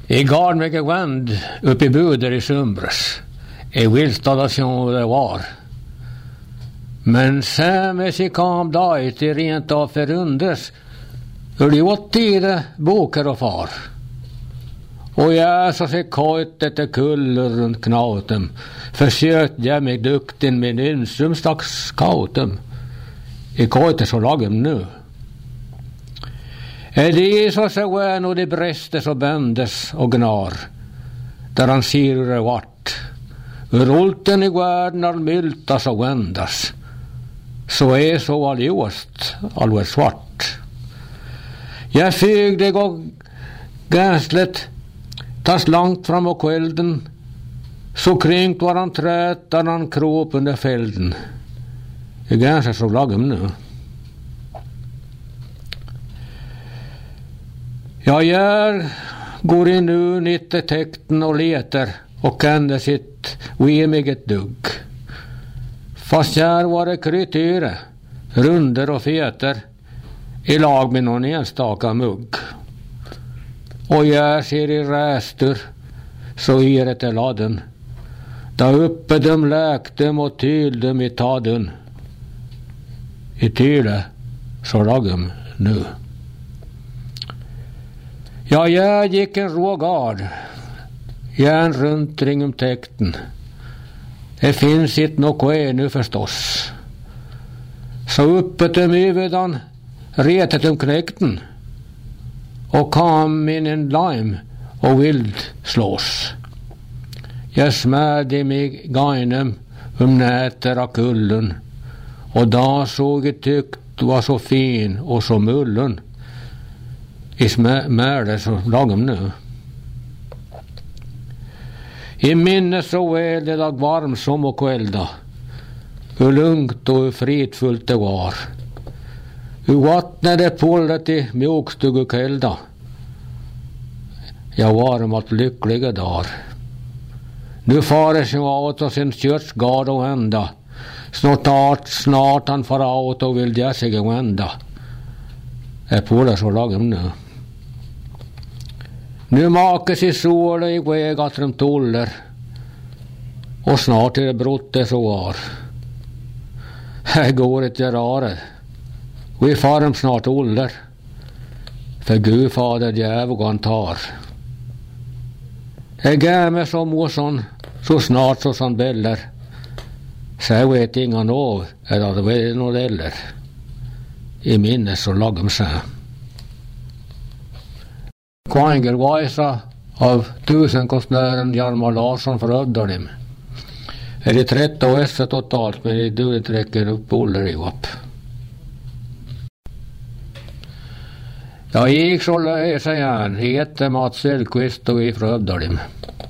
I garn mycket vänd upp i buder i Sumbres. I vildstation det var. Men sen sig kom dag till rent av förundres hur det åt tiden boker och far. Och jag så sig kajtet och kuller runt knauten försökte jag mig dukten med en slags kautum. I kajtet så lagom nu. Är det så så och det bräster så bändes och gnar där han ser hur det vart. Ur olten i världen all myltas och vändas. Så är så alljost allvar svart. Jag fygde gå ganslet tas långt fram och kvälden. Så kränkt var han trött där han krop under fälden. Det är ganska så lagom nu. Jag går in nu nitte täkten och letar och kände sitt oemiget dugg. Fast jag var det krytyre, runder och feter i lag med någon enstaka mugg. Och jag ser i räster så är det till laden. Där uppe de läkte och tylde i taden. I tyle så lagom nu. Ja, jag gick en rågard. Järn runt ring om täkten. Det finns inte något ännu förstås. Så uppe till huvudan retet om knäkten. Och kam in en lime och vild slås. Jag smärde mig gainem nätter och kullen. Och då såg jag tyckt var så fin och så mullen. I smärde så lagom nu. I minne så väl det dag varm som och kvälda. Hur lugnt och hur fridfullt det var. Hur vattnade pålet i mjukstug och kälda. Jag var om att lyckliga dagar. Nu farer sig åt och sin kyrksgard och ända. Snart han far åt och vill jag sig vända. Är pålet så lagom nu. Nu makas i sol i väg att de toller. Och snart är det brotte så var. Här går ett rare. Vi far snart ålder. För Gud fader djävulen tar. Jag gav mig som morson så snart så som beller. Så jag vet inga av eller det vet något eller. I minnes så lagom så. Kvanger Vajsa av tusenkonstnären Hjalmar Larsson för Öddalim. Är det 13 år totalt men det du inte räcker upp ålder ihop. Jag gick så lösa igen, heter Mats Sellqvist och ifrån Öddalim.